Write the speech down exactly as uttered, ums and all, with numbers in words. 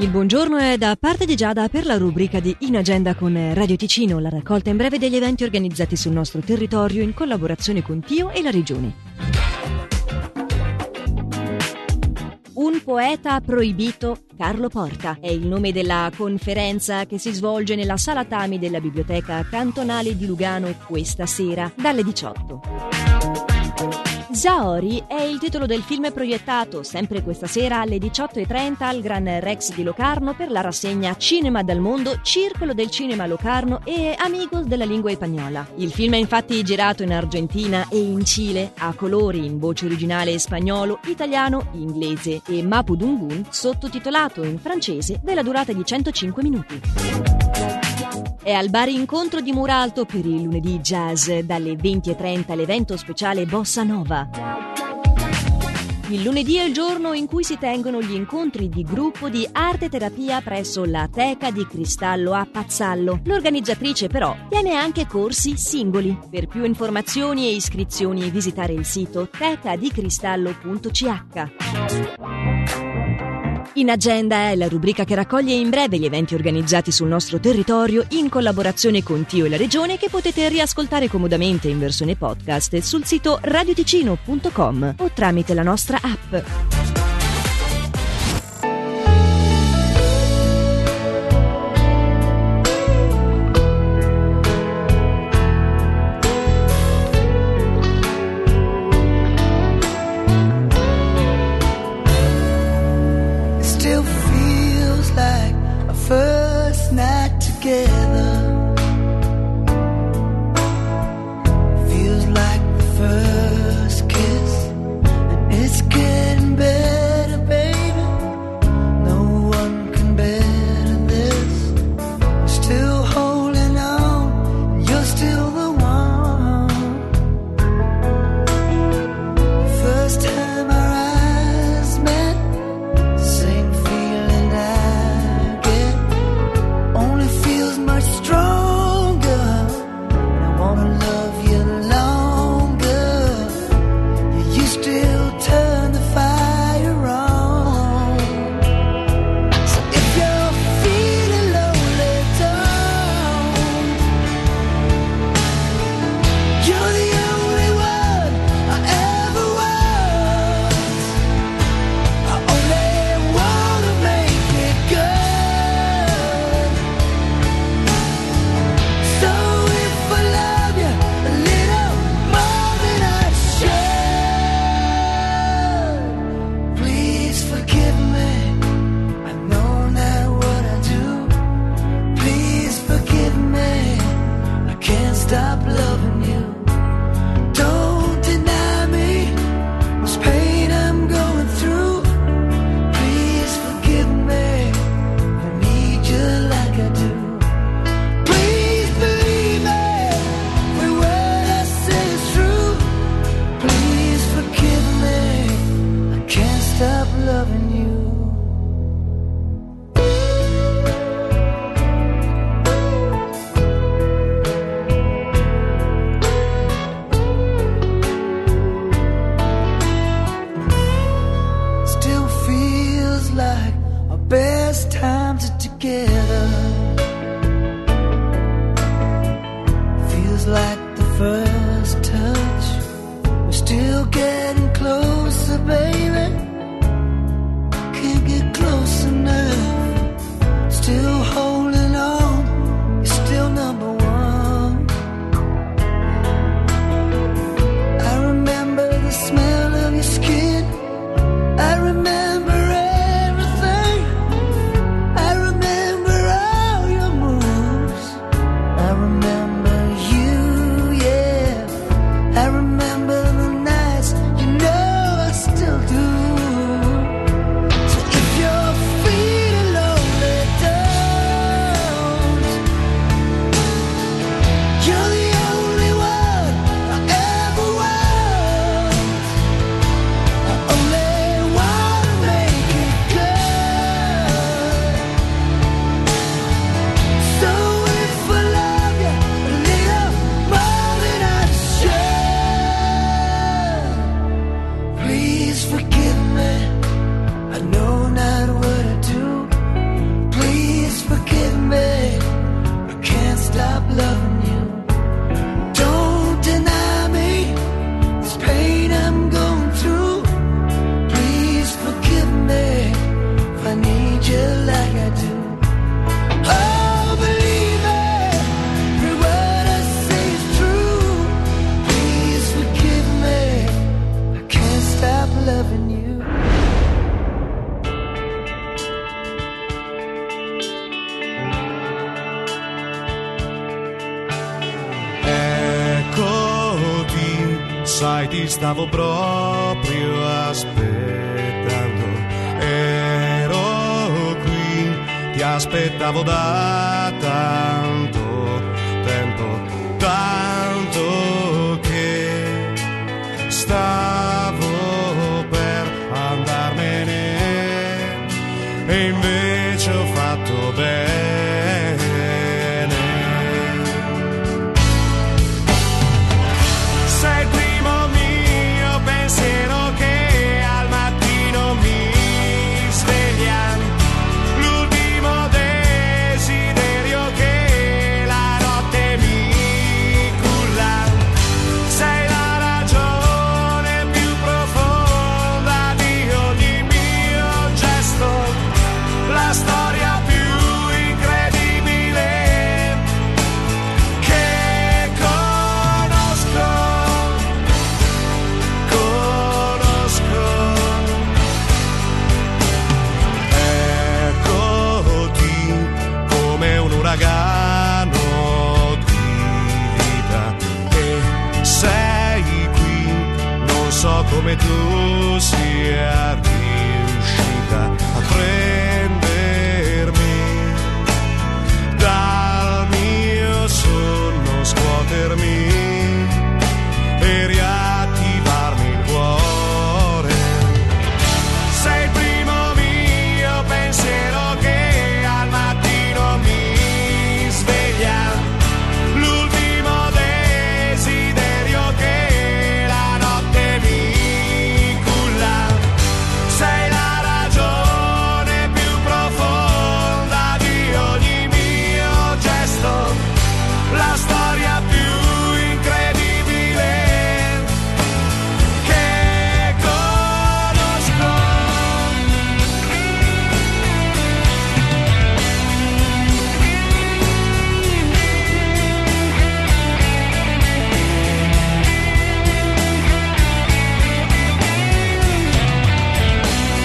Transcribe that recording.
Il buongiorno è da parte di Giada per la rubrica di In Agenda con Radio Ticino, la raccolta in breve degli eventi organizzati sul nostro territorio in collaborazione con Tio e la Regione. Un poeta proibito, Carlo Porta, è il nome della conferenza che si svolge nella Sala Tami della Biblioteca Cantonale di Lugano questa sera, dalle diciotto. Zaori è il titolo del film proiettato sempre questa sera alle diciotto e trenta al Gran Rex di Locarno per la rassegna Cinema dal Mondo, Circolo del Cinema Locarno e Amigos della Lingua Spagnola. Il film è infatti girato in Argentina e in Cile, a colori in voce originale spagnolo, italiano, inglese e mapudungun, sottotitolato in francese, della durata di centocinque minuti. È al bar Incontro di Muralto per il lunedì jazz dalle venti e trenta l'evento speciale Bossa Nova. Il lunedì è il giorno in cui si tengono gli incontri di gruppo di arte terapia presso la Teca di Cristallo a Pazzallo. L'organizzatrice però tiene anche corsi singoli. Per più informazioni e iscrizioni visitare il sito tecadicristallo punto c h. In Agenda è la rubrica che raccoglie in breve gli eventi organizzati sul nostro territorio in collaborazione con Tio e la Regione, che potete riascoltare comodamente in versione podcast sul sito radioticino punto com o tramite la nostra app. First night together feels like the first kiss, and it's getting better, baby. No one can better this. I'm still holding on, and you're still the one. The first time our eyes met, the same feeling I get. Only feels much stronger, and I wanna love you longer. You, you still turn the fire on. So if you're feeling lonely, don't. You're the only one I ever was. I only wanna make it good. Stop loving you. Don't deny me this pain I'm going through. Please forgive me. I need you like I do. Please believe me. Every word I say is true. Please forgive me. I can't stop loving you. Like our best times are together. Feels like the first touch. We're still getting closer, baby. Can't get close enough. Still holding on. You're still number one. I remember the smell of your skin. I remember everything. I remember ti stavo proprio aspettando, ero qui, ti aspettavo da tanto tempo, tanto che stavo per andarmene e invece ho fatto bene